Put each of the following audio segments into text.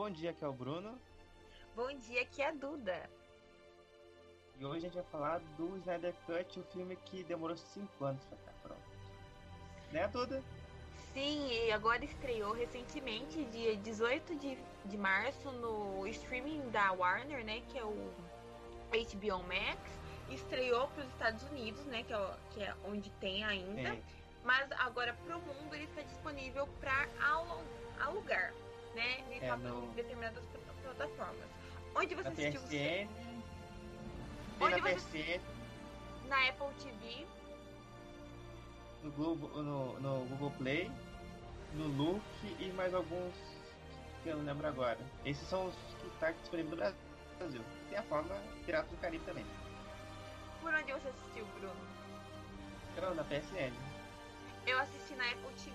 Bom dia, aqui é o Bruno. Bom dia, aqui é a Duda. E hoje a gente vai falar do Snyder Cut, o filme que demorou 5 anos pra estar pronto. Né, Duda? Sim, e agora estreou recentemente, dia 18 de março, no streaming da Warner, né, que é o HBO Max. Estreou para os Estados Unidos, né, que é onde tem ainda. Sim. Mas agora para o mundo ele está disponível para alugar, né, É em no, determinadas plataformas. Onde você na assistiu? PSN, tem na Onde você PSN, Na Apple TV? no Google Play, no Look e mais alguns que eu não lembro agora. Esses são os que estão disponíveis no Brasil. Tem a forma Piratas do Caribe também. Por onde você assistiu, Bruno? Então, na PSN. Eu assisti na Apple TV.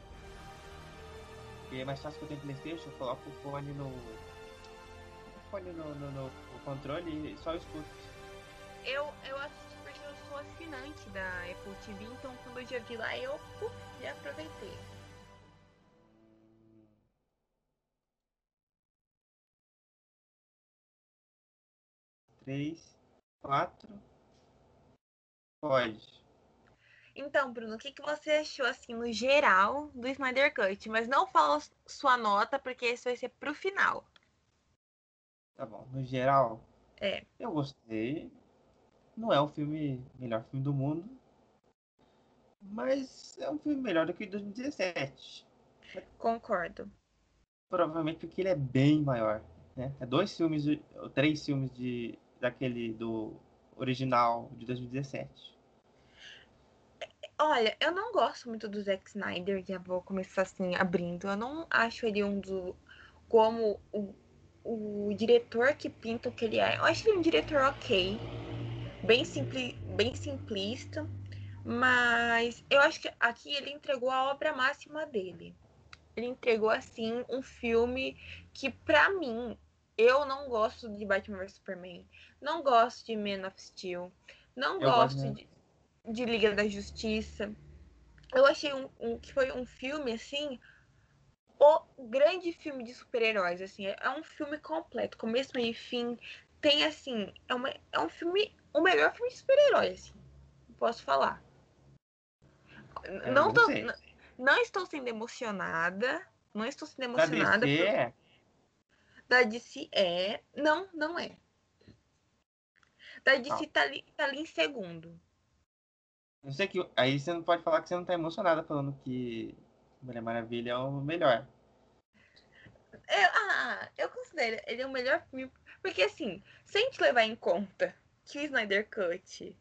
E é mais fácil que eu tenho Playstation, eu coloco o fone no controle e só escuto. Eu assisti porque eu sou assinante da Apple TV, então quando eu já vi lá, eu já aproveitei. 3, 4, pode. Então, Bruno, o que você achou, assim, no geral, do Snyder Cut? Mas não fala sua nota, porque isso vai ser pro final. Tá bom. No geral, É, eu gostei. Não é o melhor filme do mundo, mas é um filme melhor do que o de 2017. concordo. Provavelmente porque ele é bem maior, né? É dois filmes, ou três filmes daquele do original de 2017. Olha, eu não gosto muito do Zack Snyder, já vou começar assim, abrindo. Eu não acho ele como o diretor que pinta o que ele é. Eu acho ele um diretor ok, bem simplista. Mas eu acho que aqui ele entregou a obra máxima dele. Ele entregou, assim, um filme que, pra mim, eu não gosto de Batman vs Superman. Não gosto de Man of Steel. Não Eu gosto gosto mesmo. de Liga da Justiça. Eu achei que foi um filme, assim, o grande filme de super-heróis, assim. É um filme completo, começo, meio e fim. Tem, assim, é um filme, o melhor filme de super-herói, assim, posso falar. Eu Não não tô, sei. não estou sendo emocionada. Não estou sendo Da emocionada DC é. da DC Não, não é. Da Não. DC tá ali em segundo. Eu sei que aí você não pode falar que você não tá emocionada falando que Mulher Maravilha é o melhor. Eu considero ele o melhor filme. Porque assim, se a gente levar em conta que o Snyder Cut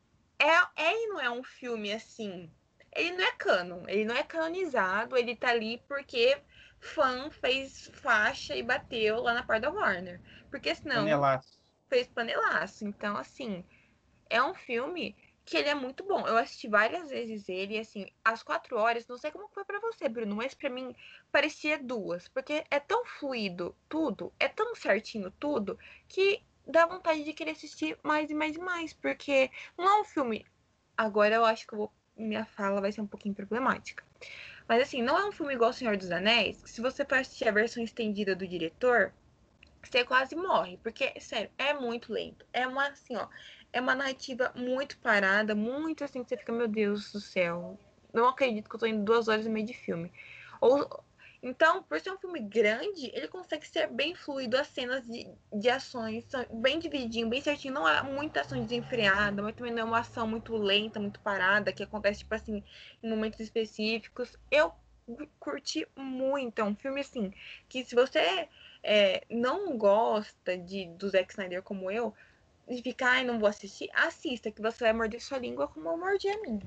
e não é um filme assim. Ele não é canon, ele não é canonizado, ele tá ali porque fã fez faixa e bateu lá na parte da Warner. Porque senão Panelaço. fez panelaço. Então, assim, é um filme que ele é muito bom. Eu assisti várias vezes ele, e assim, às 4 horas, não sei como foi pra você, Bruno, mas pra mim parecia duas, porque é tão fluido tudo, é tão certinho tudo, que dá vontade de querer assistir mais e mais e mais, porque não é um filme. Agora eu acho que minha fala vai ser um pouquinho problemática. Mas assim, não é um filme igual O Senhor dos Anéis, que se você for assistir a versão estendida do diretor, você quase morre, porque, sério, é muito lento. É uma, assim, ó, é uma narrativa muito parada, muito assim, que você fica, meu Deus do céu, não acredito que eu tô indo 2 horas e meia de filme. Ou, então, por ser um filme grande, ele consegue ser bem fluido, as cenas de ações são bem divididinho, bem certinho, não há muita ação desenfreada, mas também não é uma ação muito lenta, muito parada, que acontece, tipo assim, em momentos específicos. Eu curti muito, é um filme, assim, que se você não gosta do Zack Snyder como eu, e ficar, ai, não vou assistir, assista, que você vai morder sua língua como eu mordi a minha.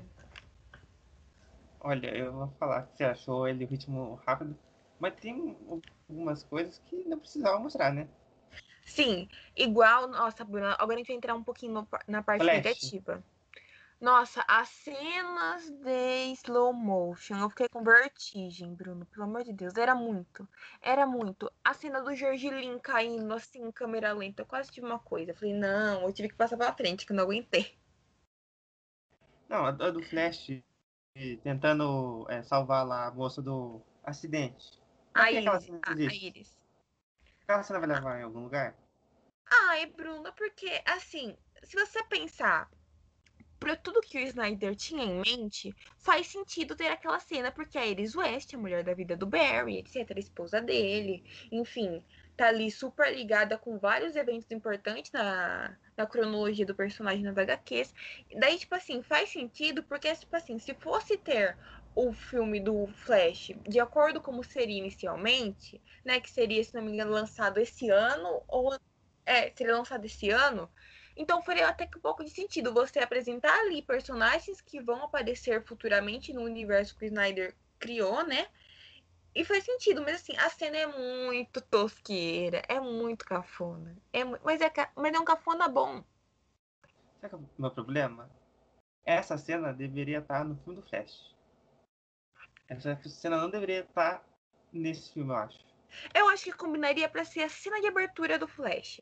Olha, eu vou falar que você achou ele o ritmo rápido, mas tem algumas coisas que não precisava mostrar, né? Sim, igual, nossa, Bruna, agora a gente vai entrar um pouquinho na parte Flash. negativa. Nossa, as cenas de slow motion, eu fiquei com vertigem, Bruno, pelo amor de Deus, era muito, era muito. A cena do George Lin caindo assim, em câmera lenta, eu quase tive uma coisa. Eu falei, não, eu tive que passar pra frente, que eu não aguentei. Não, a do Flash tentando salvar lá a moça do acidente. Pra A que aquela Iris, cena a existe? Iris. Aquela cena vai levar em algum lugar? Ai, Bruna, porque assim, se você pensar para tudo que o Snyder tinha em mente, faz sentido ter aquela cena, porque a Iris West, a mulher da vida do Barry, etc., a esposa dele, enfim, tá ali super ligada com vários eventos importantes na cronologia do personagem nas HQs. Daí, tipo assim, faz sentido, porque, tipo assim, se fosse ter o filme do Flash de acordo como seria inicialmente, né, que seria, se não me engano, lançado esse ano, ou seria lançado esse ano, então faria até que um pouco de sentido você apresentar ali personagens que vão aparecer futuramente no universo que o Snyder criou, né? E faz sentido, mas assim, a cena é muito tosqueira, é muito cafona. Mas é um cafona bom. Sabe qual é o meu problema? Essa cena deveria estar no filme do Flash. Essa cena não deveria estar nesse filme, eu acho. Eu acho que combinaria pra ser a cena de abertura do Flash.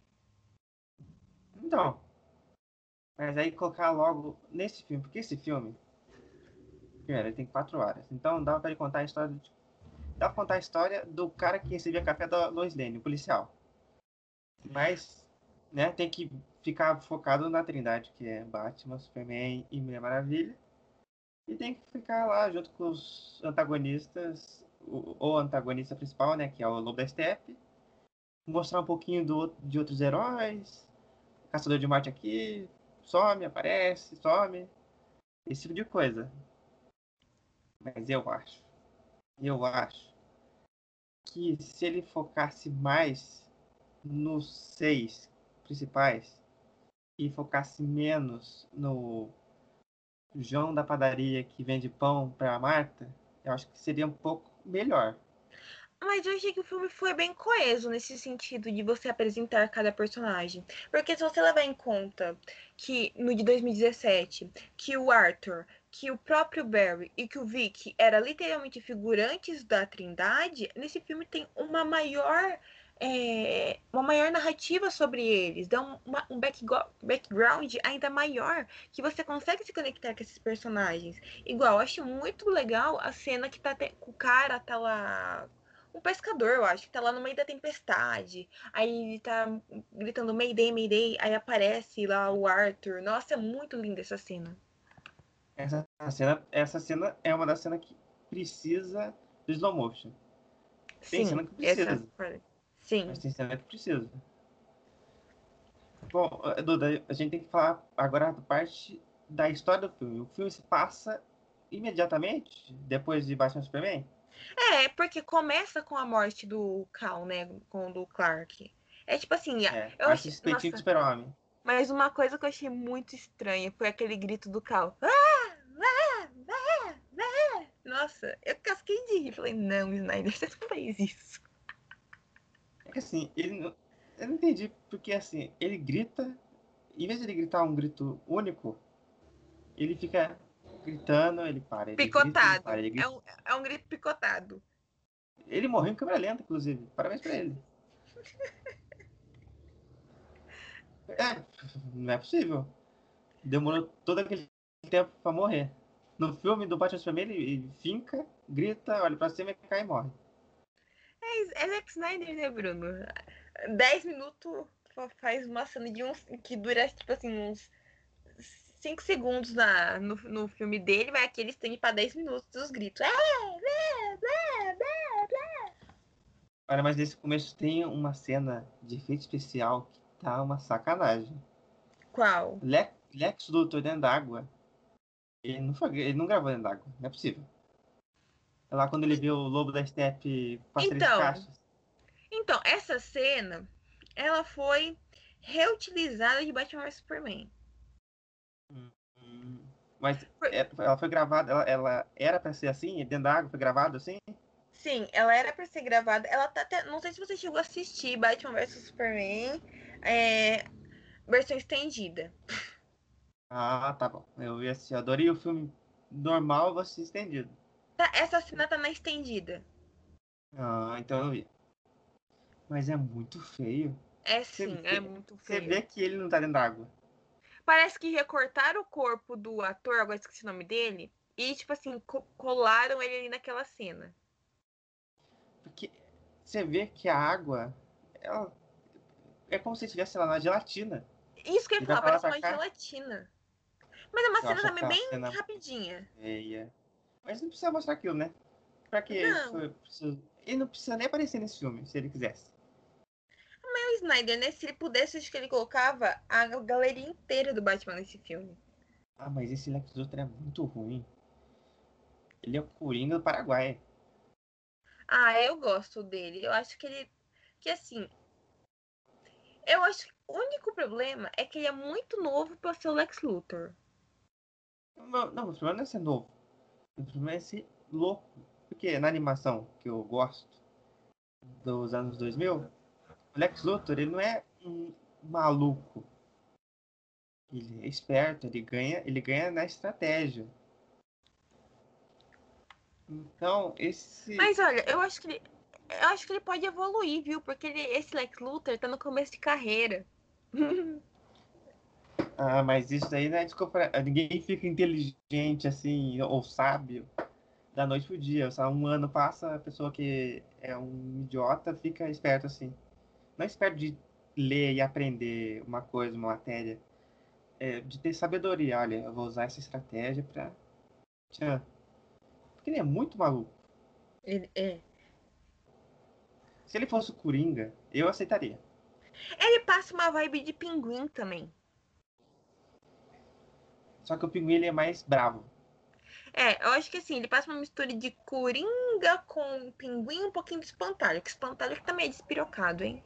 Então, mas aí colocar logo nesse filme, porque esse filme, primeiro, ele tem 4 horas. Então dá pra ele contar a história. Dá pra contar a história do cara que recebia café da Lois Lane, o policial. Mas, né, tem que ficar focado na Trindade, que é Batman, Superman e Mulher Maravilha. E tem que ficar lá junto com os antagonistas, o antagonista principal, né, que é o Lobo da Steppe. Mostrar um pouquinho de outros heróis. Caçador de Marte aqui, some, aparece, some. Esse tipo de coisa. Mas eu acho que se ele focasse mais nos 6 principais e focasse menos no João da padaria que vende pão para a Marta, eu acho que seria um pouco melhor. Mas eu achei que o filme foi bem coeso nesse sentido de você apresentar cada personagem. Porque se você levar em conta que no de 2017, que o Arthur, que o próprio Barry e que o Vic eram literalmente figurantes da Trindade, nesse filme tem uma maior narrativa sobre eles, dá um background ainda maior que você consegue se conectar com esses personagens. Igual, eu acho muito legal a cena que o cara tá lá, um pescador, eu acho, que tá lá no meio da tempestade. Aí ele tá gritando Mayday, Mayday. Aí aparece lá o Arthur. Nossa, é muito linda essa cena. Essa cena é uma das cenas que precisa do slow motion. Tem Sim, cena que essa precisa, parte. mas Sim. tem cena que precisa. Bom, Duda, a gente tem que falar agora da parte da história do filme. O filme se passa imediatamente depois de Batman Superman? Porque começa com a morte do Cal, né? Com o do Clark. É tipo assim, É, eu parece achei. esse espetinho do Nossa, Super-Homem. mas uma coisa que eu achei muito estranha foi aquele grito do Cal. Nossa, eu casquei de rir. Falei, não, Snyder, você não fez isso. É que assim, eu não entendi porque assim, ele grita, em vez de ele gritar um grito único, ele fica gritando, ele para, ele grita, ele para, Picotado. ele É grita. um, é um grito picotado. Ele morreu em câmera lenta, inclusive. Parabéns pra ele. É, não é possível. Demorou todo aquele tempo pra morrer. No filme do Batman Superman, ele finca, grita, olha pra cima e cai e morre. É Zack Snyder, né, Bruno? 10 minutos faz uma cena de uns que dura, tipo assim, uns 5 segundos no filme dele, vai aquele stand pra 10 minutos dos gritos. Olha, mas nesse começo tem uma cena de efeito especial que tá uma sacanagem. Qual? Lex Luthor dentro d'água. Ele não gravou dentro d'água, não é possível. É lá quando ele vê o lobo da steppe com as 3 Então, caixas. essa cena, ela foi reutilizada de Batman vs Superman. Hum, Mas Por- ela foi gravada, ela era pra ser assim, dentro da água, foi gravado assim? Sim, ela era pra ser gravada. Ela tá até. Não sei se você chegou a assistir Batman vs Superman, versão estendida. Ah, tá bom. Eu adorei o filme normal, você estendido. Essa cena tá na estendida. Ah, então eu não vi. Mas é muito feio. É Você sim, é vê, muito você feio. vê que ele não tá dentro d'água. Parece que recortaram o corpo do ator, agora esqueci o nome dele, e, tipo assim, colaram ele ali naquela cena. Porque você vê que a água ela é como se estivesse lá na gelatina. Isso que eu ia E dá falar, pra lá parece pra uma cá. gelatina. Mas é uma Eu cena acho também aquela bem cena rapidinha. feia. Mas não precisa mostrar aquilo, né? Pra que Não, foi ele não precisa nem aparecer nesse filme, se ele quisesse. o Snyder, né? Se ele pudesse, acho que ele colocava a galeria inteira do Batman nesse filme. Ah, mas esse Lex Luthor é muito ruim. Ele é o Coringa do Paraguai. Ah, eu gosto dele. Eu acho que ele. Que assim. Eu acho que o único problema é que ele é muito novo pra ser o Lex Luthor. Não, o problema não é ser novo. O problema é ser louco. Porque na animação que eu gosto dos anos 2000, o Lex Luthor, ele não é um maluco. Ele é esperto, ele ganha na estratégia. Então, esse. Mas olha, eu acho que ele pode evoluir, viu? Porque esse Lex Luthor tá no começo de carreira. Ah, mas isso daí não é desculpa. Ninguém fica inteligente assim, ou sábio, da noite pro dia. Só um ano passa, a pessoa que é um idiota fica esperto assim. Não é esperto de ler e aprender uma coisa, uma matéria. É de ter sabedoria. Olha, eu vou usar essa estratégia pra. Tchan. Porque ele é muito maluco. Ele, é. Se ele fosse o Coringa, eu aceitaria. Ele passa uma vibe de pinguim também. Só que o Pinguim ele é mais bravo. É, eu acho que assim, ele passa uma mistura de coringa com pinguim e um pouquinho de espantalho. Que espantalho que também é despirocado, hein?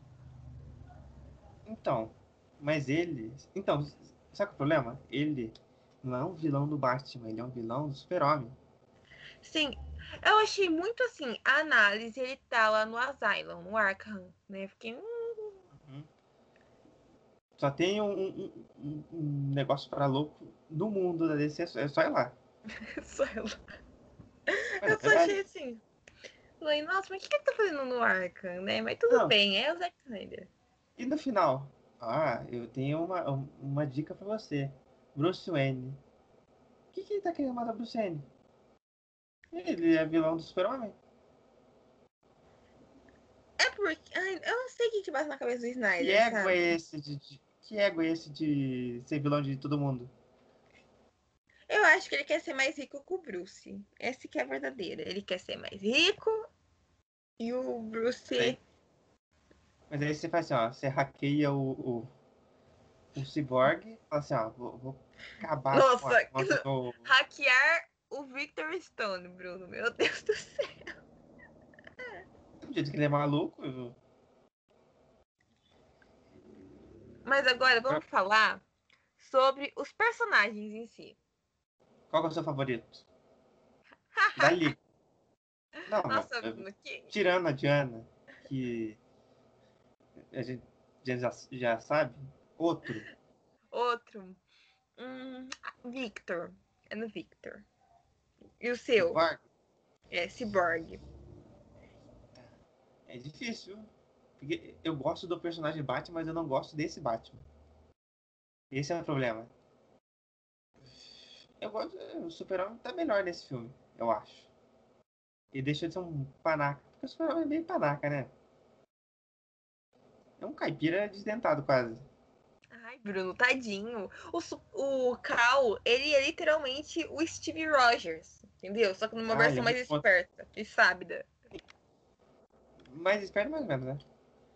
Então, mas ele. Então, sabe qual é o problema? Ele não é um vilão do Batman, ele é um vilão do Super-Homem. Sim, eu achei muito assim, a análise, ele tá lá no Asylum, no Arkham, né? Fiquei, Uhum. Só tem um negócio pra louco no mundo da DC, é só ir lá. só eu, Mas é eu só achei verdade. assim. Falei, nossa, mas o que ele tá fazendo no Arkham, né? Mas tudo Não, bem, é o Zack Snyder. e no final? Ah, eu tenho uma dica pra você. Bruce Wayne. O que ele tá querendo matar Bruce Wayne? Ele é vilão do Super-Homem. É porque, ai, eu não sei o que que passa na cabeça do Que Snyder, ego é sabe? esse que ego é esse de ser vilão de todo mundo? Eu acho que ele quer ser mais rico que o Bruce. Essa que é a verdadeira. Ele quer ser mais rico e o Mas aí, Bruce. mas aí você faz assim, ó, você hackeia o Cyborg, fala assim, ó, vou acabar com a Nossa, conta do. hackear o Victor Stone, Bruno. Meu Deus do céu. Do jeito que ele é maluco. Mas agora vamos falar sobre os personagens em si. Qual que é o seu favorito? Da Liga. Não, mas, Nossa, Bruno, que tirando a Diana, que a gente já sabe, outro. outro. Victor. É no Victor. E o seu? Cyborg, É Cyborg. é difícil. Porque eu gosto do personagem Batman, mas eu não gosto desse Batman. Esse é o problema. Eu gosto. O Super-Homem tá melhor nesse filme, eu acho. E deixa de ser um panaca. Porque o Super-Homem é bem panaca, né? É um caipira desdentado quase. Ai, Bruno, tadinho. O Cal, ele é literalmente o Steve Rogers, entendeu? Só que numa Ah, ele é versão mais muito bom. esperta e sábida. Mais esperto, mais ou menos, né?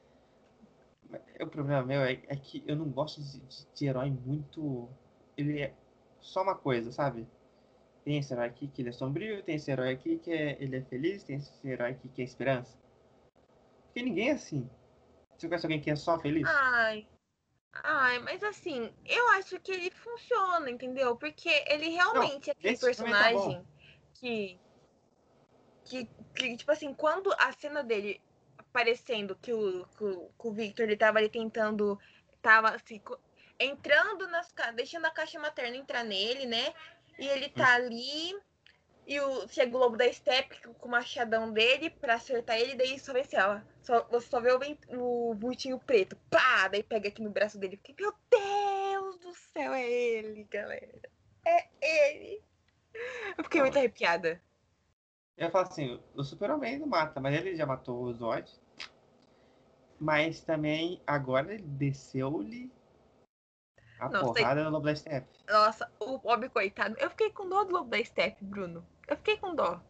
O problema meu é que eu não gosto de herói muito. Ele é só uma coisa, sabe? Tem esse herói aqui que ele é sombrio, tem esse herói aqui que ele é feliz, tem esse herói aqui que é esperança. Porque ninguém é assim. Você conhece alguém que é só feliz? Ai, ai, mas assim, eu acho que ele funciona, entendeu? Porque ele Não, realmente é aquele nesse filme tá bom. personagem que, que tipo assim, quando a cena dele aparecendo que o Victor ele tava ali tentando, tava assim, entrando deixando a caixa materna entrar nele, né? E ele Hum. tá ali. E chega o lobo da Steppe com o machadão dele pra acertar ele, daí só vê assim, ó. Você só vê o vultinho preto. Pá! Daí pega aqui no braço dele. Fiquei, meu Deus do céu, é ele, galera. É ele. Eu fiquei muito Não, arrepiada. eu falo assim, o Super-Homem não mata, mas ele já matou o Zod. Mas também, agora ele desceu-lhe a Nossa, porrada no Lobo da Steppe. nossa, o pobre coitado. Eu fiquei com dó do Lobo da Steppe, Bruno. Eu fiquei com dó.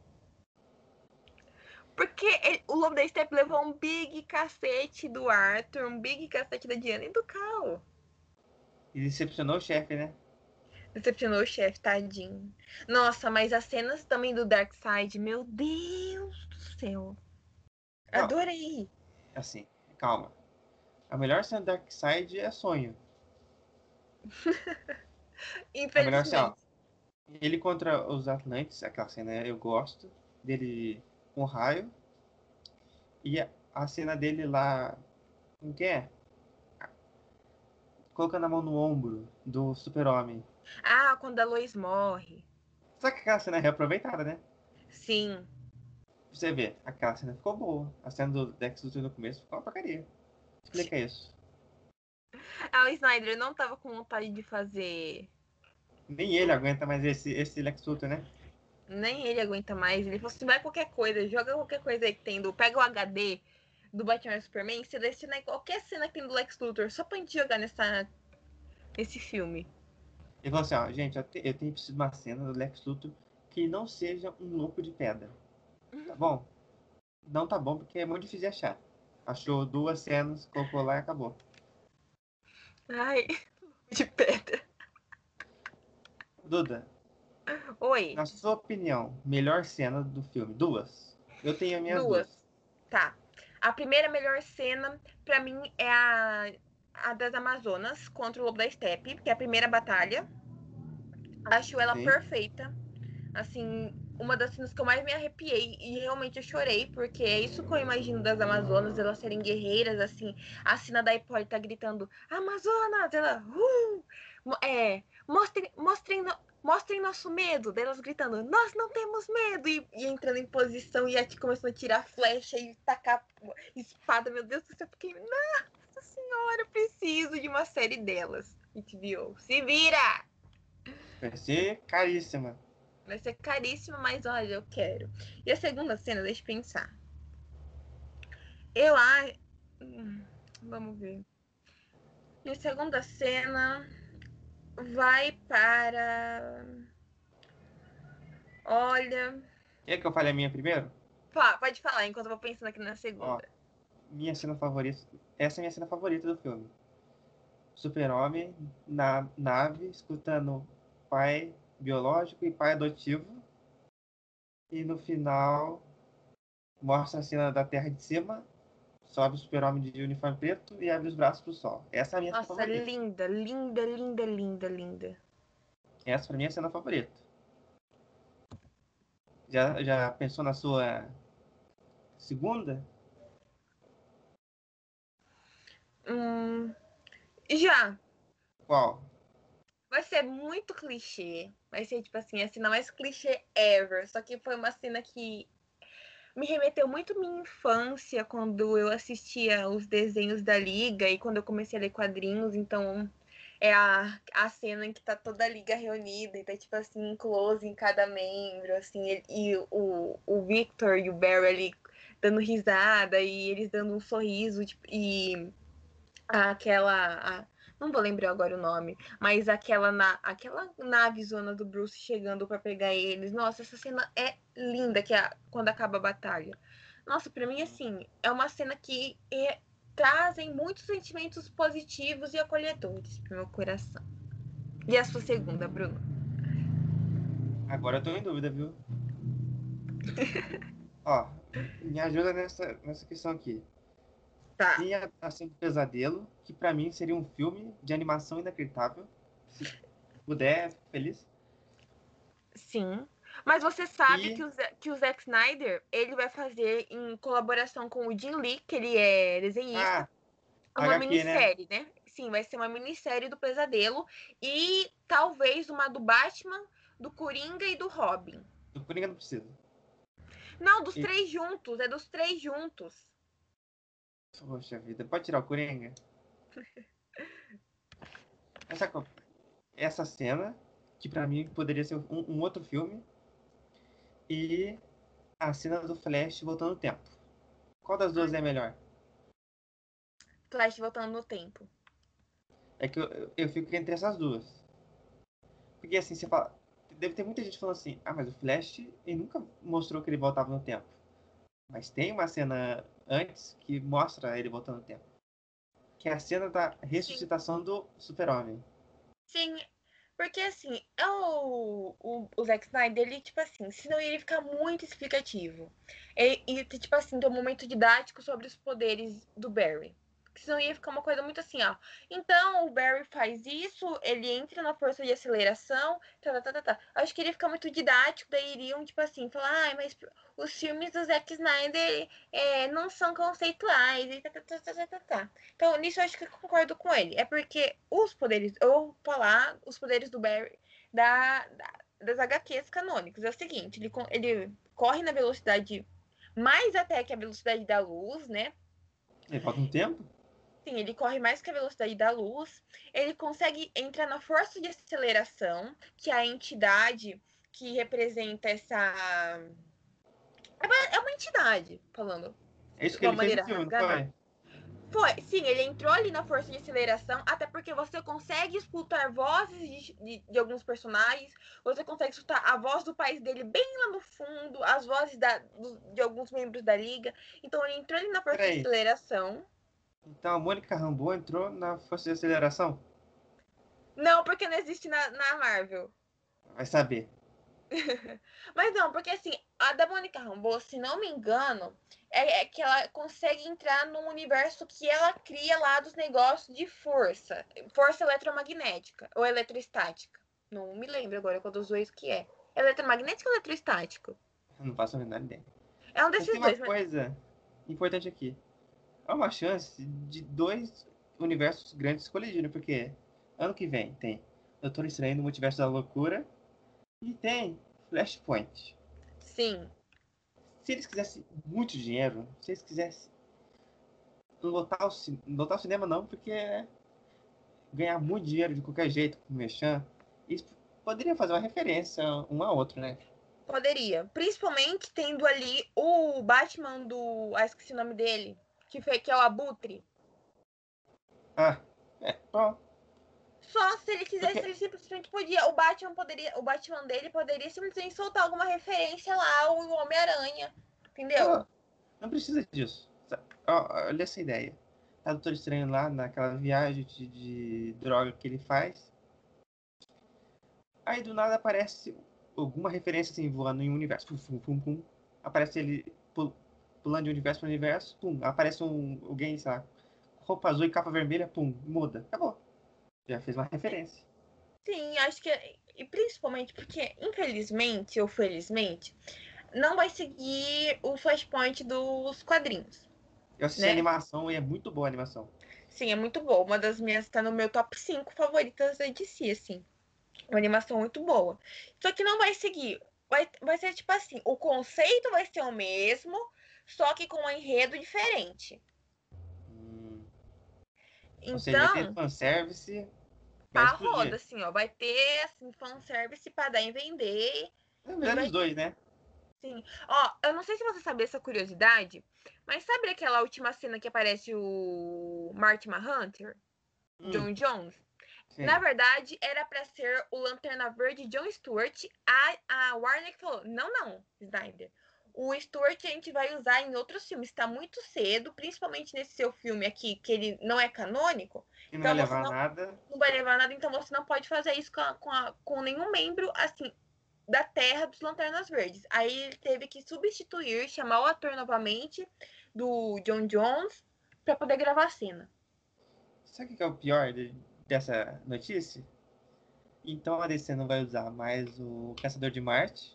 Porque o Lobo da Steppe levou um big cacete do Arthur, um big cacete da Diana e do Cal. E decepcionou o chefe, né? Decepcionou o chefe, tadinho. Nossa, mas as cenas também do Darkseid, meu Deus do céu. Não, Adorei. assim, calma. A melhor cena do Darkseid é sonho. A melhor cena, ó. Infelizmente. Ele contra os Atlantes, aquela cena eu gosto. Dele com raio. E a cena dele lá. Como que é? Colocando a mão no ombro do Super-Homem. Ah, quando a Lois morre. Só que aquela cena é reaproveitada, né? Sim. Você vê, aquela cena ficou boa. A cena do Lex Luthor no começo ficou uma porcaria. Explica isso. Ah, o Snyder não tava com vontade de fazer. Nem ele aguenta mais esse Lex Luthor, né? Nem ele aguenta mais. Ele falou assim: vai qualquer coisa, joga qualquer coisa aí que tem do. Pega o HD do Batman vs Superman, seleciona aí qualquer cena que tem do Lex Luthor, só pra gente jogar nesse filme. Ele falou assim, ó, gente, eu tenho preciso de uma cena do Lex Luthor que não seja um louco de pedra. Tá bom? Não tá bom porque é muito difícil de achar. Achou duas cenas, colocou lá e acabou. Ai, de pedra. Duda, Oi, na sua opinião, melhor cena do filme? Duas. Eu tenho as minhas duas. duas. Tá. A primeira melhor cena, pra mim, é a das Amazonas contra o Lobo da Steppe, que é a primeira batalha. Acho ela Sim. perfeita. Assim, uma das cenas que eu mais me arrepiei e realmente eu chorei, porque é isso que eu imagino das Amazonas, elas serem guerreiras, assim. A cena da Hipólita gritando, Amazonas! Ela, mostrem nosso medo. Delas gritando, nós não temos medo! E entrando em posição e aqui começando a tirar flecha e tacar espada. Meu Deus do céu, eu fiquei, nossa senhora, eu preciso de uma série delas. HBO, se vira! Vai ser caríssima. Vai ser caríssimo, mas olha, eu quero. E a segunda cena, deixa eu pensar. Eu acho. Vamos ver. E a segunda cena vai para. Olha. Quer que eu fale a minha primeiro? Pode falar enquanto eu vou pensando aqui na Ó, segunda. minha cena favorita. Essa é a minha cena favorita do filme. Super-Homem na nave, escutando pai biológico e pai adotivo. E no final, mostra a cena da Terra de cima, sobe o Super-Homem de uniforme preto e abre os braços pro sol. Essa é a minha cena Nossa, favorita. linda, linda, linda, linda, linda. Essa pra mim é a cena favorita. Já pensou na sua segunda? Hum, já. Qual? Vai ser muito clichê. Vai ser, tipo assim, a cena mais clichê ever. Só que foi uma cena que me remeteu muito à minha infância, quando eu assistia os desenhos da Liga e quando eu comecei a ler quadrinhos, então é a cena em que tá toda a Liga reunida e tá tipo assim, close em cada membro, assim, e o Victor e o Barry ali dando risada e eles dando um sorriso, tipo, e não vou lembrar agora o nome, mas aquela nave zona do Bruce chegando para pegar eles. Nossa, essa cena é linda, que é quando acaba a batalha. Nossa, para mim, assim, é uma cena que trazem muitos sentimentos positivos e acolhedores pro meu coração. E a sua segunda, Bruno? Agora eu tô em dúvida, viu? Ó, me ajuda nessa questão aqui. Tá. Tem a Cena do Pesadelo, que pra mim seria um filme de animação inacreditável. Se puder, fico feliz. Sim. Mas você sabe E que o Zack Snyder, ele vai fazer em colaboração com o Jim Lee, que ele é desenhista, a uma HQ, né? minissérie, né? Sim, vai ser uma minissérie do Pesadelo e talvez uma do Batman, do Coringa e do Robin. Do Coringa não precisa. Não, dos E, três juntos, é dos três juntos. poxa vida, pode tirar o Coringa? Essa, essa cena, que pra mim poderia ser um outro filme, e a cena do Flash voltando o tempo. Qual das duas é melhor? Flash voltando no tempo. É que eu fico entre essas duas. Porque assim, você fala. Deve ter muita gente falando assim, ah, mas o Flash, ele nunca mostrou que ele voltava no tempo. Mas tem uma cena antes que mostra ele voltando no tempo. Que é a cena da Sim. ressuscitação do Super-Homem. Sim, porque assim, o Zack Snyder, ele, tipo assim, senão ele fica muito explicativo. E, tipo assim, tem um momento didático sobre os poderes do Barry. Porque senão ia ficar uma coisa muito assim, ó. Então, o Barry faz isso, ele entra na força de aceleração, tá. Acho que ele fica muito didático, daí iriam, tipo assim, falar, ai, mas os filmes do Zack Snyder não são conceituais, e tá. Então, nisso eu acho que eu concordo com ele. É porque os poderes, eu vou falar os poderes do Barry das HQs canônicos. É o seguinte, ele corre na velocidade mais até que a velocidade da luz, né? Ele volta no tempo? Sim, ele corre mais que a velocidade da luz. Ele consegue entrar na força de aceleração, que é a entidade que representa essa. É uma entidade, falando É isso de que uma ele fez no maneira filme, não rasgada. foi? Foi, sim, ele entrou ali na força de aceleração, até porque você consegue escutar vozes de alguns personagens, você consegue escutar a voz do país dele bem lá no fundo, as vozes de alguns membros da liga. Então ele entrou ali na força de Peraí. aceleração. Então a Mônica Rambeau entrou na força de aceleração? Não, porque não existe na Marvel. Vai saber. Mas não, porque assim, a da Mônica Rambeau, se não me engano, é que ela consegue entrar num universo que ela cria lá dos negócios de força eletromagnética ou eletrostática. Não me lembro agora qual dos dois que é. Eletromagnético ou eletrostático? Eu não faço a menor ideia. É um Mas tem desses uma dois, mas coisa importante aqui. Há uma chance de dois universos grandes colidirem, porque ano que vem tem Doutor Estranho no Multiverso da Loucura e tem Flashpoint. sim, Se eles quisessem muito dinheiro, se eles quisessem lotar o cinema não, porque ganhar muito dinheiro de qualquer jeito com o Mechan, eles poderiam fazer uma referência um a outro, né? poderia. Principalmente tendo ali o Batman do. Ah, esqueci o nome dele. Que é o Abutre. Ah, pronto. Só se ele quisesse, Porque ele simplesmente podia. O Batman dele poderia simplesmente soltar alguma referência lá ao Homem-Aranha. Entendeu? não, não precisa disso. Ó, olha essa ideia. Tá o Doutor Estranho lá naquela viagem de droga que ele faz. Aí do nada aparece alguma referência assim, voando em um universo. Pum, pum, pum, pum. Aparece ele pulando de universo para universo. Pum. Aparece alguém, sei lá, roupa azul e capa vermelha. Pum. Muda. Acabou. Já fez uma referência. Sim, acho que. E principalmente porque, infelizmente ou felizmente, não vai seguir o Flashpoint dos quadrinhos, Eu assisti a né? animação e é muito boa a animação. Sim, é muito boa. Uma das minhas tá no meu top 5 favoritas da DC, assim. Uma animação muito boa. Só que não vai seguir. Vai ser tipo assim: o conceito vai ser o mesmo, só que com um enredo diferente. Hum. Ou seja, vai ter Então, fanservice, vai a roda, explodir. assim, ó, vai ter, assim, fanservice pra dar em vender É e melhor vai dos ter, dois, né? sim. Ó, eu não sei se você sabe essa curiosidade, mas sabe aquela última cena que aparece o Marty Hunter, Hum, John Jones? Na sim. verdade, era pra ser o Lanterna Verde John Stewart. A Warner que falou: não, Snyder. O Stewart a gente vai usar em outros filmes. Tá muito cedo, principalmente nesse seu filme aqui, que ele não é canônico. E não vai Então você levar nada. não vai levar nada, então você não pode fazer isso com nenhum membro, assim, da Terra dos Lanternas Verdes. Aí ele teve que substituir, chamar o ator novamente, do John Jones, pra poder gravar a cena. Sabe o que é o pior dessa notícia? Então a DC não vai usar mais o Caçador de Marte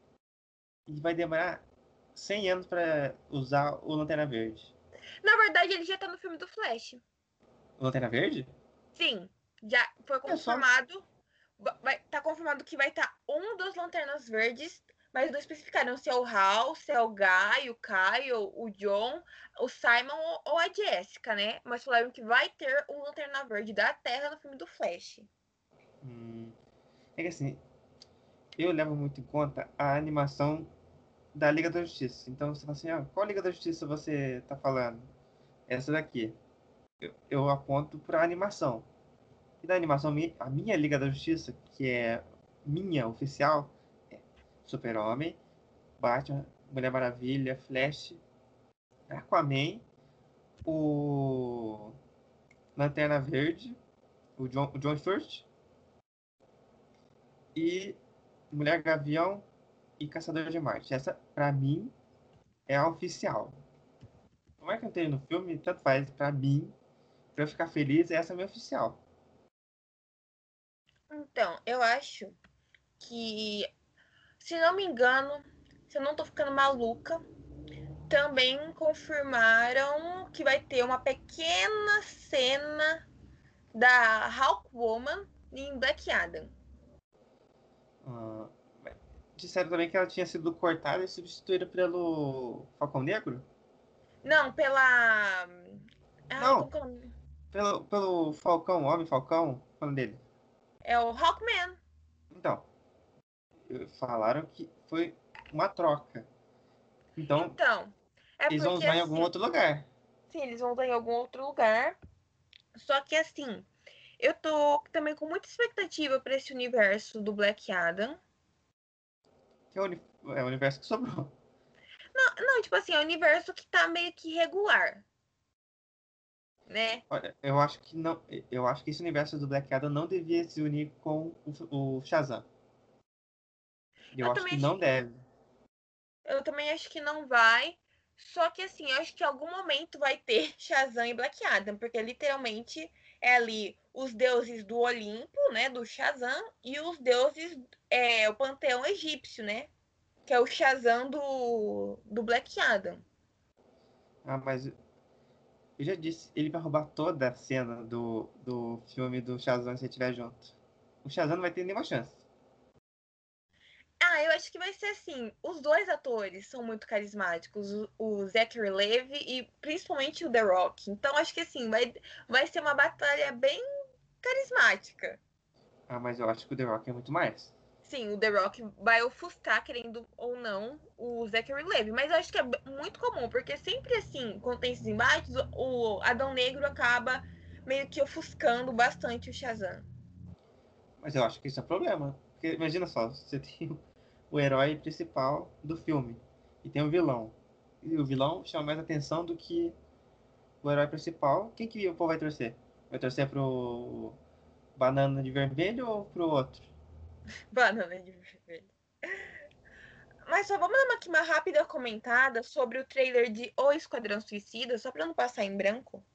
e vai demorar 100 anos para usar o Lanterna Verde. Na verdade, ele já tá no filme do Flash. O Lanterna Verde? Sim, já foi É só. confirmado. Tá confirmado que vai estar um dos Lanternas Verdes, mas não especificaram se é o Hal, se é o Guy, o Kyle, o John, o Simon ou a Jessica, né? Mas falaram que vai ter um Lanterna Verde da Terra no filme do Flash. Hum, é que assim, eu levo muito em conta a animação da Liga da Justiça. Então você fala assim, ah, qual Liga da Justiça você tá falando? Essa daqui. eu aponto para a animação. E da animação, a minha Liga da Justiça, que é minha oficial, é Super-Homem, Batman, Mulher Maravilha, Flash, Aquaman, o Lanterna Verde, o John Stewart, e Mulher Gavião e Caçador de Marte. Essa, pra mim, é a oficial. Como é que eu tenho no filme? Tanto faz. Pra mim, pra eu ficar feliz, essa é a minha oficial. Então, eu acho que, se não me engano, se eu não tô ficando maluca, também confirmaram que vai ter uma pequena cena da Hawkwoman em Black Adam. Ah, disseram também que ela tinha sido cortada e substituída pelo Falcão Negro? Não, pela. Ai, como Não, que é o nome? pelo Falcão, Homem Falcão, falando dele. É o Hawkman. Então, falaram que foi uma troca. Então, Então, é eles vão porque usar em algum assim, outro lugar. sim, eles vão estar em algum outro lugar. Só que assim, eu tô também com muita expectativa pra esse universo do Black Adam. Que é o universo que sobrou. Não, não, tipo assim, é um universo que tá meio que regular, né? Olha, eu acho que não. Eu acho que esse universo do Black Adam não devia se unir com o Shazam. Eu Eu acho também que acho, não deve. eu também acho que não vai. Só que assim, eu acho que em algum momento vai ter Shazam e Black Adam, porque literalmente é ali os deuses do Olimpo, né, do Shazam, e os deuses, o panteão egípcio, né, que é o Shazam do Black Adam. Ah, mas eu já disse, ele vai roubar toda a cena do filme do Shazam se ele estiver junto. O Shazam não vai ter nenhuma chance. Ah, eu acho que vai ser assim. Os dois atores são muito carismáticos, o Zachary Levi e principalmente o The Rock. Então acho que assim, vai ser uma batalha bem carismática. Ah, mas eu acho que o The Rock é muito mais. Sim, o The Rock vai ofuscar, querendo ou não, o Zachary Levi. Mas eu acho que é muito comum, porque sempre assim, quando tem esses embates, o Adão Negro acaba meio que ofuscando bastante o Shazam. Mas eu acho que isso é um problema. Porque imagina só, você tem o herói principal do filme e tem o vilão. E o vilão chama mais atenção do que o herói principal. Quem que o povo vai torcer? Vai torcer pro Banana de Vermelho ou pro outro? Banana de vermelho. Mas só vamos dar uma rápida comentada sobre o trailer de O Esquadrão Suicida, só pra não passar em branco.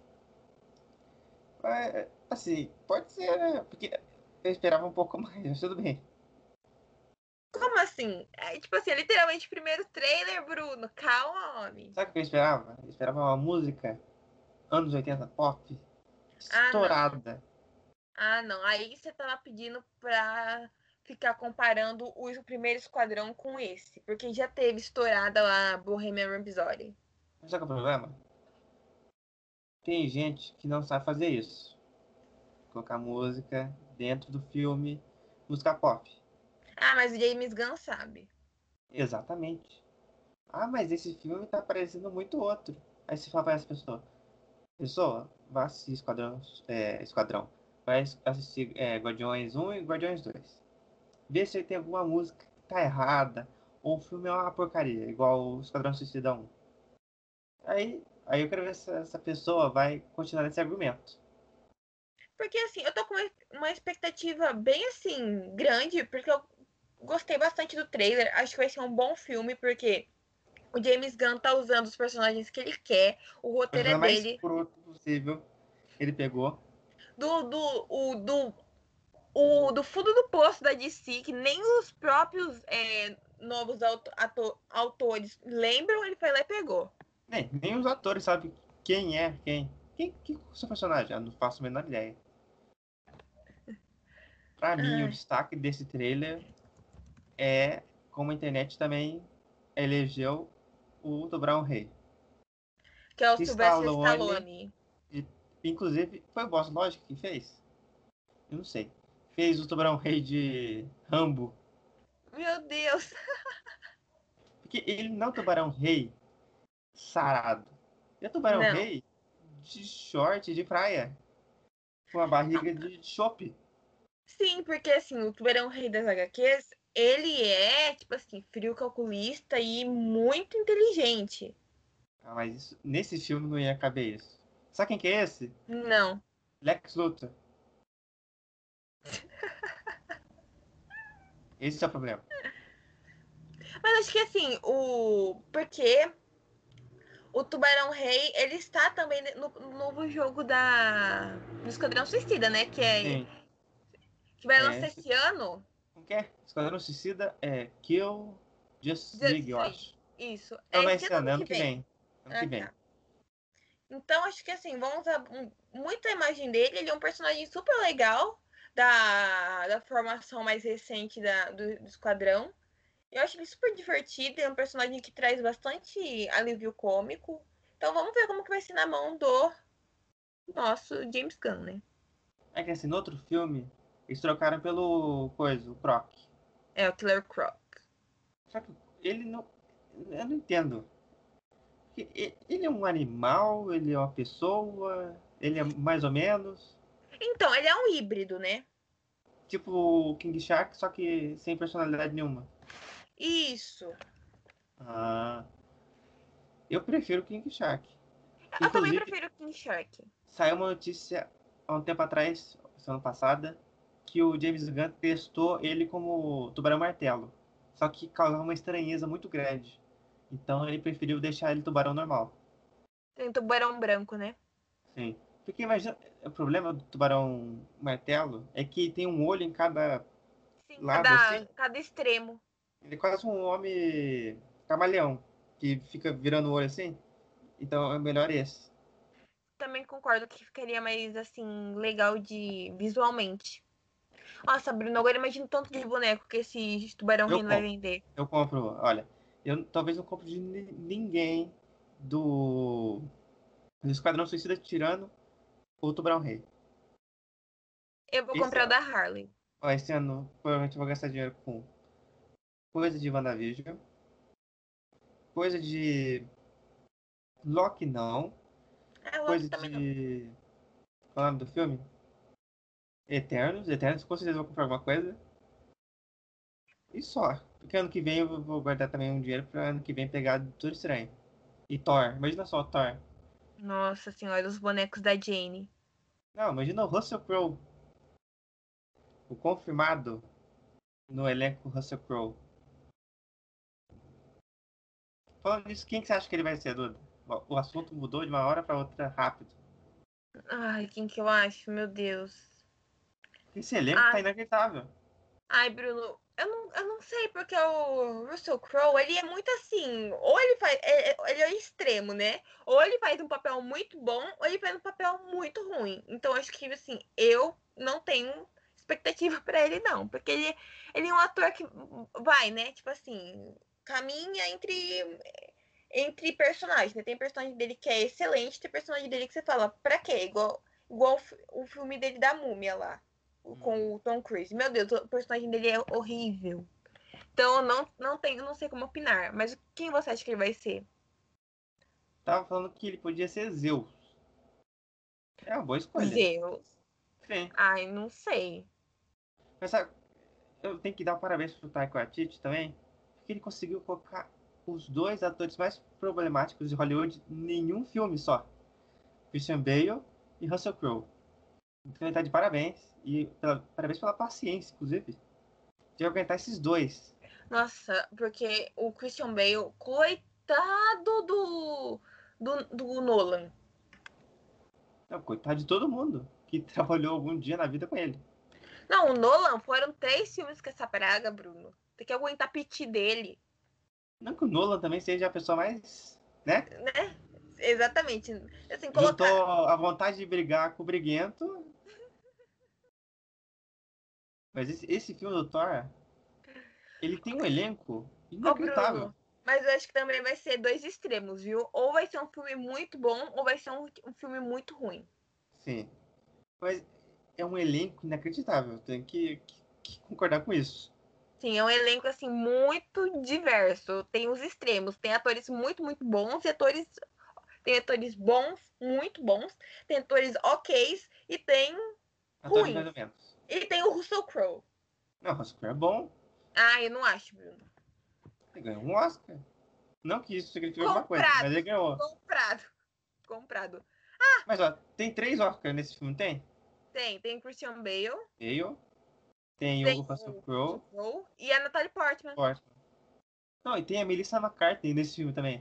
Assim, pode ser, né? Porque eu esperava um pouco mais, mas tudo bem. Como assim? É, tipo assim, é literalmente o primeiro trailer, Bruno. Calma, homem. Sabe o que eu esperava? Eu esperava uma música anos 80 pop Ah, não. estourada. Ah, não. Aí você tava pedindo pra ficar comparando o primeiro Esquadrão com esse. Porque já teve estourada lá Bohemian Rhapsody. Mas sabe qual é o problema? Tem gente que não sabe fazer isso. Colocar música dentro do filme, música pop. Ah, mas o James Gunn sabe. Exatamente. Ah, mas esse filme tá parecendo muito outro. Aí você fala pra essa pessoa: Pessoa, vá assistir Esquadrão. Vai assistir Guardiões 1 e Guardiões 2. Vê se tem alguma música que tá errada. Ou o filme é uma porcaria, igual o Esquadrão Suicida 1. Aí eu quero ver se essa pessoa vai continuar nesse argumento. Porque assim, eu tô com uma expectativa bem assim, grande, porque eu gostei bastante do trailer. Acho que vai ser um bom filme, porque o James Gunn tá usando os personagens que ele quer, o A roteiro é coisa mais dele. escrota possível, ele pegou. Do, do, o, do, do fundo do poço da DC, que nem os próprios novos autores lembram, ele foi lá e pegou. Nem os atores sabem quem é quem. Quem é o seu personagem? Eu não faço a menor ideia. Pra mim, o Ai, destaque desse trailer é como a internet também elegeu o Dobrão Rei. que é o Sylvester Stallone, Stallone. e, inclusive, foi o Boss Logic que fez? Eu não sei. Fez o Tubarão Rei de Rambo. Meu Deus. Porque ele não é o Tubarão Rei sarado. Ele é o Tubarão Não. Rei de short de praia. Com a barriga de chope. Sim, porque assim, o Tubarão Rei das HQs, ele é, tipo assim, frio calculista e muito inteligente. Ah, mas nesse filme não ia caber isso. Sabe quem que é esse? Não. Lex Luthor. Esse é o problema. Mas acho que assim, o. Porque o Tubarão Rei, ele está também no novo jogo do Esquadrão Suicida, né? Sim. Que vai É, lançar esse ano. como que é? Esquadrão Suicida é Kill Justice League, eu Justice League. acho. Isso. Não, É não é esse esse ano ou ano, é ano ano que que vem? vem. Ano que Ah, vem. tá. Então, acho que assim, vamos usar muito a imagem dele. Ele é um personagem super legal da formação mais recente do Esquadrão. Eu acho ele super divertido, é um personagem que traz bastante alívio cômico. Então vamos ver como que vai ser na mão do nosso James Gunn, né? É que assim, no outro filme, eles trocaram pelo coisa, o Croc. É o Killer Croc. Só que ele não. Eu não entendo. Ele é um animal, ele é uma pessoa, ele é mais ou menos. Então, ele é um híbrido, né? Tipo o King Shark, só que sem personalidade nenhuma. Isso. Ah, eu prefiro o King Shark. Eu também Inclusive, prefiro o King Shark. saiu uma notícia há um tempo atrás, semana passada, que o James Gunn testou ele como tubarão martelo. Só que causava uma estranheza muito grande. Então ele preferiu deixar ele tubarão normal. Tem o tubarão branco, né? Sim. Porque imagina, o problema do tubarão martelo é que tem um olho em cada Sim, lado assim. cada extremo. Ele é quase um homem camaleão, que fica virando o olho assim. Então é melhor esse. Também concordo que ficaria mais, assim, legal de visualmente. Nossa, Bruno, agora imagina o tanto de boneco que esse tubarão Eu reino vai compro. vender. Eu compro, olha. Eu talvez não compre de ninguém do Esquadrão Suicida tirando o Tubarão Rei. Eu vou Esse, comprar o da Harley. ó, esse ano provavelmente eu vou gastar dinheiro com coisa de WandaVision, coisa de Loki não, Ah, Loki coisa também não. de. Qual é o nome do filme? Eternos. Eternos, com certeza eu vou comprar alguma coisa. E só. Porque ano que vem eu vou guardar também um dinheiro pra ano que vem pegar Doutor Estranho. E Thor. Imagina só o Thor. Nossa senhora, os bonecos da Jane. Não, imagina o Russell Crowe. O confirmado no elenco Russell Crowe. Falando nisso, quem que você acha que ele vai ser, Duda? O assunto mudou de uma hora pra outra rápido. Ai, quem que eu acho? Meu Deus. Esse elenco tá Ai, inacreditável. ai, Bruno, eu não sei, porque o Russell Crowe, ele é muito assim, ou ele faz, ele é o extremo, né? Ou ele faz um papel muito bom, ou ele faz um papel muito ruim. Então, acho que, assim, eu não tenho expectativa pra ele, não. Porque ele é um ator que vai, né? Tipo assim, caminha entre personagens, né? Tem personagem dele que é excelente, tem personagem dele que você fala, pra quê? Igual o filme dele da Múmia lá, Uhum. com o Tom Cruise. Meu Deus, o personagem dele é horrível. Então eu não sei como opinar. Mas quem você acha que ele vai ser? Tava falando que ele podia ser Zeus. É uma boa escolha. Zeus. Sim. Ai, não sei. Mas sabe, eu tenho que dar parabéns pro Taika Waititi também. Porque ele conseguiu colocar os dois atores mais problemáticos de Hollywood em nenhum filme só. Christian Bale e Russell Crowe. Então ele tá de parabéns. E parabéns pela paciência, inclusive, de aguentar esses dois. Nossa, porque o Christian Bale, coitado do Nolan. Não, coitado de todo mundo que trabalhou algum dia na vida com ele. Não, o Nolan foram 3 filmes com essa praga, Bruno. Tem que aguentar piti dele, Não que o Nolan também seja a pessoa mais, né? né? Exatamente. Assim, Juntou colocar. a vontade de brigar com o briguento. Mas esse filme do Thor, ele tem um elenco Ô, inacreditável. Bruno, mas eu acho que também vai ser dois extremos, viu? Ou vai ser um filme muito bom, ou vai ser um filme muito ruim. Sim. Mas é um elenco inacreditável. Tenho que concordar com isso. Sim, é um elenco assim muito diverso. Tem os extremos, tem atores muito, muito bons e atores Tem atores bons, muito bons, tem atores ok's e tem Atores mais ruins. ou menos. E tem o Russell Crowe. Não, o Russell Crowe é bom. Ah, eu não acho, Bruno. Ele ganhou um Oscar. Não que isso signifique alguma coisa, Comprado. mas ele ganhou. Comprado. Mas, ó, tem 3 Oscars nesse filme, tem? Tem Christian Bale, Eu, tem tem o Russell o Crowe, Russell Crowe e a Natalie Portman. Portman. Não, e tem a Melissa McCarthy nesse filme também.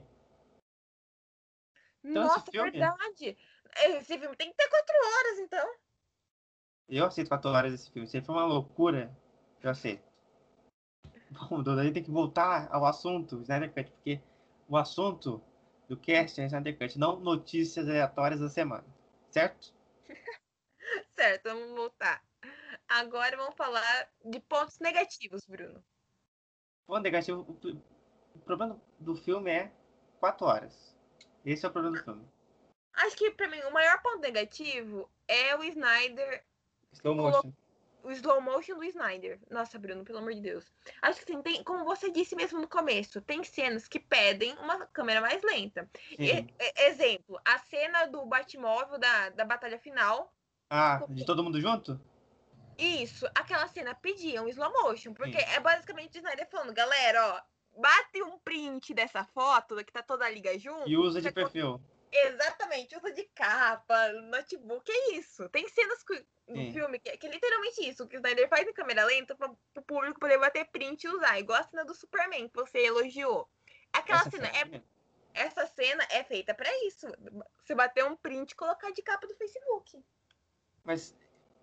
Então esse Nossa, filme, verdade. Esse filme tem que ter 4 horas, então. eu aceito 4 horas desse filme. Se ele for uma loucura, eu aceito. Bom, daí tem que voltar ao assunto, Snyder Cut, porque o assunto do cast é Snyder Cut, não notícias aleatórias da semana. Certo? Certo, vamos voltar. Agora vamos falar de pontos negativos, Bruno. O negativo, o problema do filme é 4 horas. Esse é o problema do filme. Acho que pra mim o maior ponto negativo é o Snyder, Slow motion. o slow motion do Snyder. Nossa, Bruno, pelo amor de Deus. Acho que assim, tem, como você disse mesmo no começo, tem cenas que pedem uma câmera mais lenta. Sim. Exemplo, a cena do Batmóvel da batalha final. Ah, de todo mundo junto? Isso, aquela cena pedia um slow motion, porque Sim. é basicamente o Snyder falando, galera, ó, bate um print dessa foto que tá toda a liga junto. E usa de perfil. Exatamente, usa de capa, notebook, é isso. Tem cenas no Sim. filme que é literalmente isso, que o Snyder faz em câmera lenta pro público poder bater print e usar, igual a cena do Superman, que você elogiou. Aquela Essa cena cena é bonita. essa cena é feita pra isso. Você bater um print e colocar de capa do Facebook. Mas,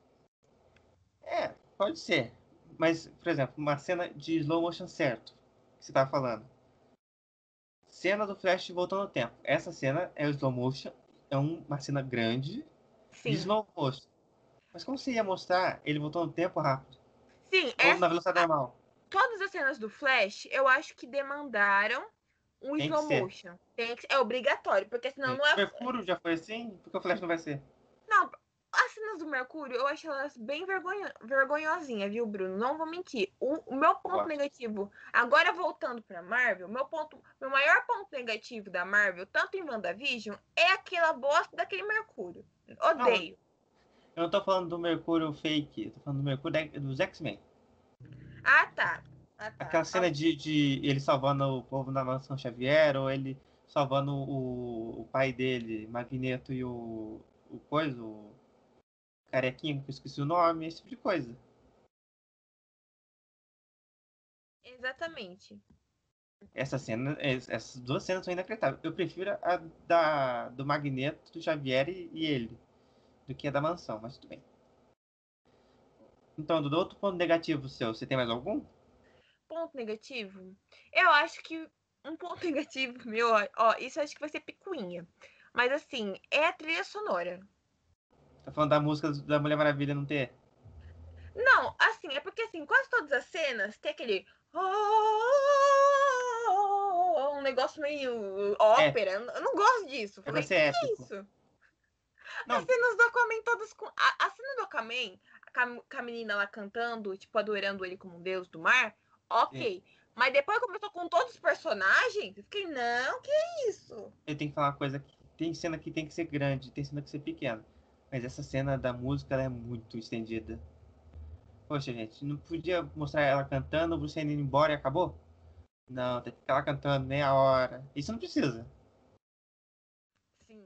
pode ser. Mas, por exemplo, uma cena de slow motion certo, que você tava falando. Cena do Flash voltando no tempo. Essa cena é o slow motion, é uma cena grande de Sim. slow motion. Mas como você ia mostrar ele voltando no tempo rápido? Sim, Ou na velocidade normal? todas as cenas do Flash, eu acho que demandaram um Tem que slow ser. motion. É obrigatório, porque senão Sim. não O é. Mercúrio já foi assim? Porque o Flash não vai ser. Não, as cenas do Mercúrio, eu acho elas bem vergonhosinhas, viu, Bruno? Não vou mentir. O meu ponto Gosto. negativo, agora voltando pra Marvel, meu maior ponto negativo da Marvel, tanto em WandaVision, é aquela bosta daquele Mercúrio. Não, Odeio. eu não tô falando do Mercúrio fake, eu tô falando do Mercúrio dos X-Men. Ah, tá. Ah, tá. Aquela cena de ele salvando o povo da Mansão Xavier, ou ele salvando o pai dele, Magneto, e o coisa, o carequinho, que eu esqueci o nome, esse tipo de coisa. Exatamente. Essa cena, essas duas cenas são inacreditáveis. Eu prefiro a do Magneto, do Xavier e ele, do que a da mansão, mas tudo bem. Então, do outro ponto negativo seu, você tem mais algum? Ponto negativo? Eu acho que um ponto negativo meu, ó, isso eu acho que vai ser picuinha. Mas assim, é a trilha sonora. Tá falando da música da Mulher Maravilha não ter? Não, assim, é porque assim, quase todas as cenas tem aquele um negócio meio É, ópera. Eu não gosto disso. é pra Falei, ser que é épico. isso? As Não, cenas do Aquaman todas com. A cena do Aquaman, com a menina lá cantando, tipo, adorando ele como um deus do mar, ok. Mas depois começou com todos os personagens, eu fiquei, não, que é isso? eu tenho que falar uma coisa aqui. Tem cena que tem que ser grande, tem cena que tem que ser pequena. Mas essa cena da música ela é muito estendida. Poxa, gente, não podia mostrar ela cantando, o Bruce Wayne indo embora e acabou? Não, tem que ficar lá cantando meia hora. Isso não precisa. Sim.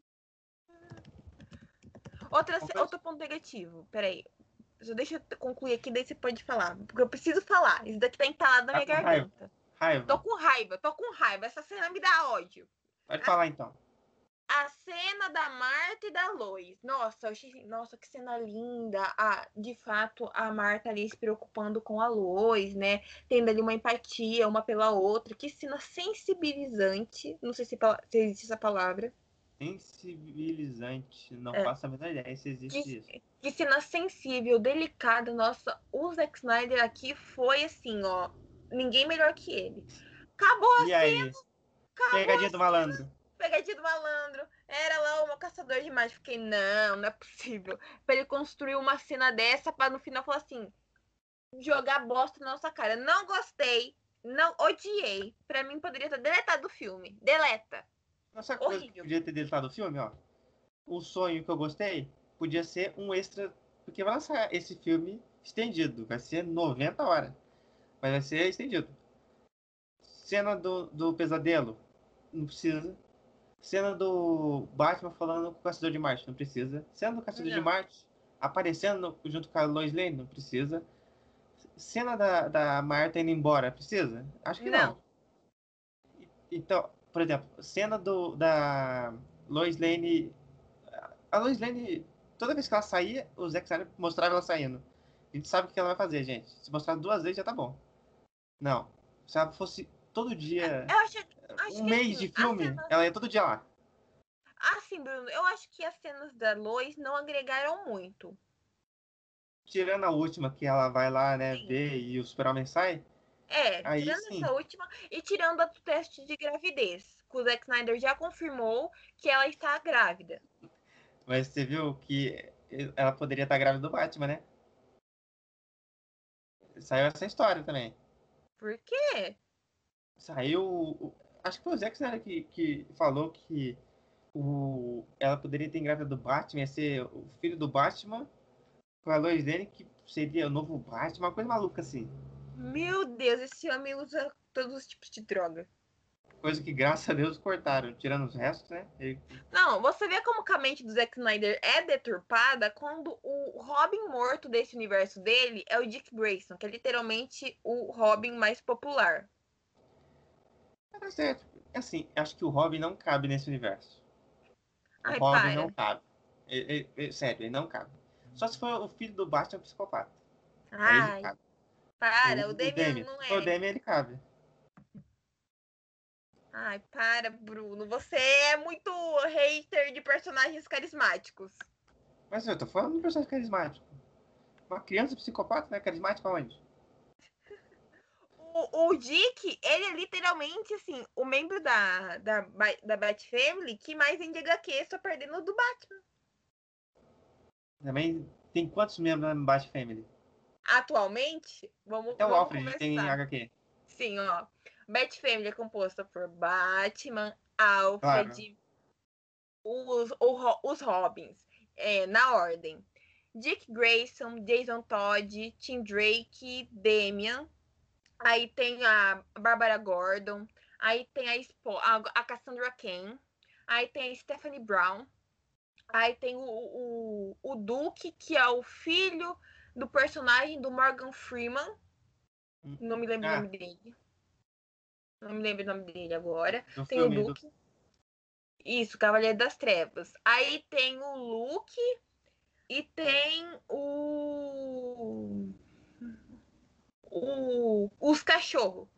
Uma coisa, Outro ponto negativo, peraí. Só deixa eu concluir aqui, daí você pode falar. Porque eu preciso falar. Isso daqui tá entalado na tá minha com raiva. garganta. Raiva. Tô com raiva. Essa cena me dá ódio. Pode falar então. A cena da Marta e da Lois. Nossa, eu achei, nossa, que cena linda. De fato, a Marta ali se preocupando com a Lois, né? Tendo ali uma empatia uma pela outra. Que cena sensibilizante. Não sei se existe essa palavra. Sensibilizante. Não É. faço a menor ideia se existe isso. Que cena sensível, delicada. Nossa, o Zack Snyder aqui foi assim, ó. Ninguém melhor que ele. Acabou a E aí? cena, acabou Pegadinha a do malandro. pegadinha do malandro. Era lá o meu caçador de imagem. Fiquei, não, não é possível. Pra ele construir uma cena dessa pra no final falar assim, jogar bosta na nossa cara. Não gostei, não odiei. Pra mim poderia ter deletado o filme. Deleta. Sabe que coisa que Horrível. podia ter deletado do filme, ó? O sonho que eu gostei podia ser um extra, porque vai lançar esse filme estendido, vai ser 90 horas, mas vai ser estendido. Cena do pesadelo, não precisa. Cena do Batman falando com o Caçador de Marte, não precisa. Cena do Caçador de Não. Marte aparecendo junto com a Lois Lane, não precisa. Cena da Marta indo embora, precisa? Acho que não. Não. Então, por exemplo, cena da Lois Lane. A Lois Lane, toda vez que ela saía, o Zack Snyder mostrava ela saindo. A gente sabe o que ela vai fazer, gente. Se mostrar 2 vezes já tá bom. Não. Se ela fosse todo dia, Eu acho um que mês assim, de filme, ela ia todo dia lá. assim, Bruno, eu acho que as cenas da Lois não agregaram muito. Tirando a última, que ela vai lá, né, Sim. ver e o Super-Homem sai, aí Tirando essa sim. última e tirando a do teste de gravidez, que o Zack Snyder já confirmou que ela está grávida. Mas você viu que ela poderia estar grávida do Batman, né? Saiu essa história também. Por quê? Saiu. Acho que foi o Zack Snyder que falou que ela poderia ter engravidado do Batman, ia ser o filho do Batman com a Lois Lane, que seria o novo Batman, uma coisa maluca assim. Meu Deus, esse homem usa todos os tipos de droga. Coisa que, graças a Deus, cortaram, tirando os restos, né? Não, você vê como que a mente do Zack Snyder é deturpada quando o Robin morto desse universo dele é o Dick Grayson, que é literalmente o Robin mais popular. Tá certo. Assim, acho que o Robin não cabe nesse universo. O Ai, Robin não para. cabe. Sério, ele não cabe. Só se for o filho do Batman psicopata. Aí ele Ai, cabe. para. O O Damian Damian. não Se for o é. Damian, ele cabe. Ai, para, Bruno. Você é muito hater de personagens carismáticos. Mas eu tô falando de um personagem carismático. Uma criança psicopata, né? Carismática onde? O Dick, ele é literalmente, assim, o membro da Bat Family que mais vende HQ, só perdendo do Batman. Também tem quantos membros na Bat Family? Atualmente, vamos, Até o vamos Alfred tem começar. HQ. Sim, ó. Bat Family é composta por Batman, Claro. Alfred, os Robins, na ordem. Dick Grayson, Jason Todd, Tim Drake, Damian. Aí tem a Bárbara Gordon. Aí tem a Cassandra Cain. Aí tem a Stephanie Brown. Aí tem o Duke, que é o filho do personagem do Morgan Freeman. Não me lembro o Ah, nome dele. Não me lembro o nome dele agora. do Tem o filme. Do... Duke. Isso, Cavaleiro das Trevas. Aí tem o Luke e tem os cachorros.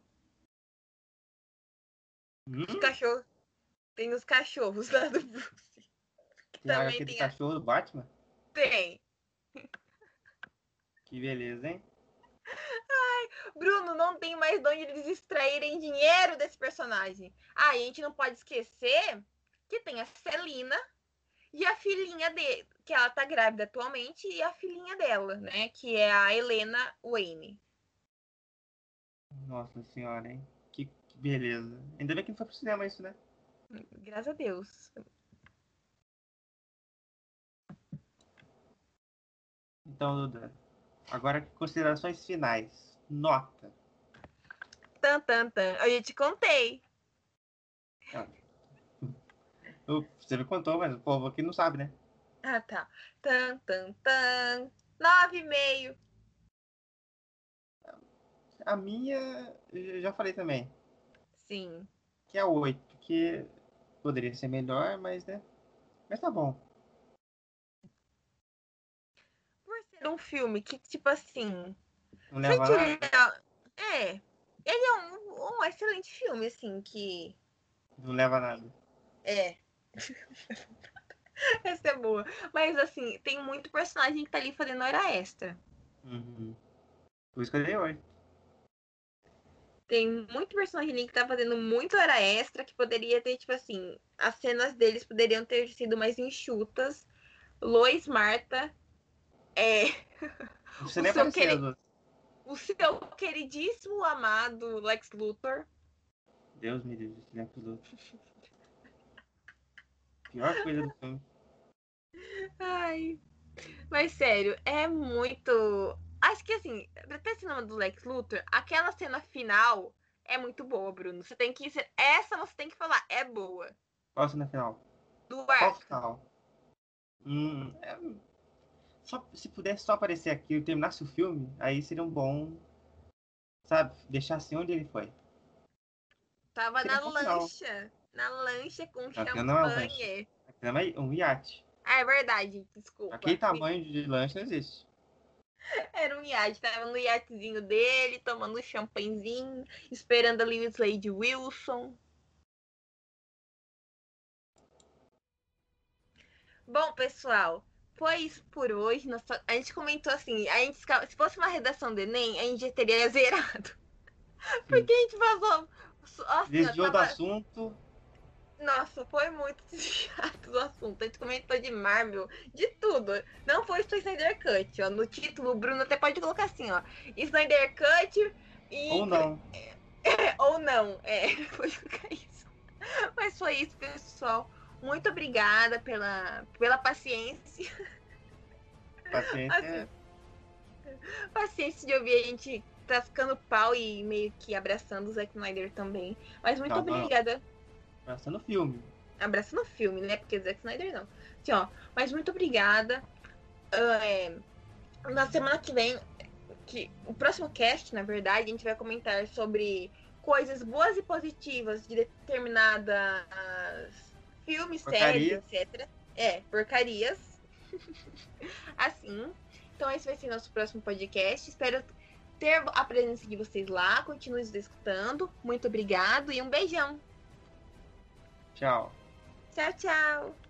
Os Hum? cachorros. Tem os cachorros lá do Bruce. Que Tem também HQ do tem. cachorro do Batman? Tem. Que beleza, hein? Bruno, não tem mais de onde eles extraírem dinheiro desse personagem. Ah, e a gente não pode esquecer que tem a Celina e a filhinha dele, que ela tá grávida atualmente, e a filhinha dela, né? Que é a Helena Wayne. Nossa senhora, hein? Que beleza. Ainda bem que não foi pro cinema isso, né? Graças a Deus. Então, Duda, agora considerações finais. Nota. Tan, tan, tan. Eu já te contei. Ah, você me contou, mas o povo aqui não sabe, né? Ah, tá. Tan, tan, tan. 9,5. A minha, eu já falei também, Sim. que é 8, que poderia ser melhor, mas, né? Mas tá bom. Por ser um filme que, tipo assim. Não Se a leva a gente nada? olhar. É. Ele é um excelente filme, assim, que. Não leva a nada. É. Essa é boa. Mas, assim, tem muito personagem que tá ali fazendo hora extra. Uhum. Por isso que eu dei 8. Tem muito personagem ali que tá fazendo muito hora extra, que poderia ter, tipo assim, as cenas deles poderiam ter sido mais enxutas. Lois Marta, é, Não precisa o nem seu, aparecer as queri, duas. o seu queridíssimo amado Lex Luthor. Deus me livre, esse Lex Luthor. Pior coisa do filme. Ai. Mas sério, é muito. Acho que assim, até cinema do Lex Luthor, aquela cena final é muito boa, Bruno. Você tem que. Essa você tem que falar, é boa. Qual cena final? Do Qual arco. final? É, só, se pudesse só aparecer aqui e terminasse o filme, aí seria um bom, sabe? Deixar assim onde ele foi. Tava Seria na um bom final. lancha. Na lancha com Aquilo não é um lanche. champanhe. Aquilo é um iate. Ah, é verdade, desculpa. Aquele tamanho de lanche não existe. Era um iate, tava no iatezinho dele, tomando um champanhezinho, esperando ali o Slade Wilson. Bom, pessoal, foi isso por hoje. A gente comentou assim, se fosse uma redação do Enem, a gente já teria zerado. Sim. Porque a gente passou. Assim, ó, Desviou do assunto. Nossa, foi muito chato o assunto. A gente comentou de Marvel, de tudo. Não foi só Snyder Cut, ó. No título, o Bruno até pode colocar assim, ó. Snyder Cut e. Ou não. Ou não, pode colocar isso. Mas foi isso, pessoal. Muito obrigada pela paciência. Paciência. Paciência de ouvir a gente tascando pau e meio que abraçando o Zack Snyder também. Mas muito obrigada. Abraçando o filme. Abraçando o filme, né? Porque o Zack Snyder não. Assim, ó, mas muito obrigada. Na semana que vem, o próximo cast, na verdade, a gente vai comentar sobre coisas boas e positivas de determinadas filmes, Porcaria. séries, etc. Porcarias. Assim. Então esse vai ser nosso próximo podcast. Espero ter a presença de vocês lá. Continue nos escutando. Muito obrigado e um beijão. Tchau. Tchau, tchau.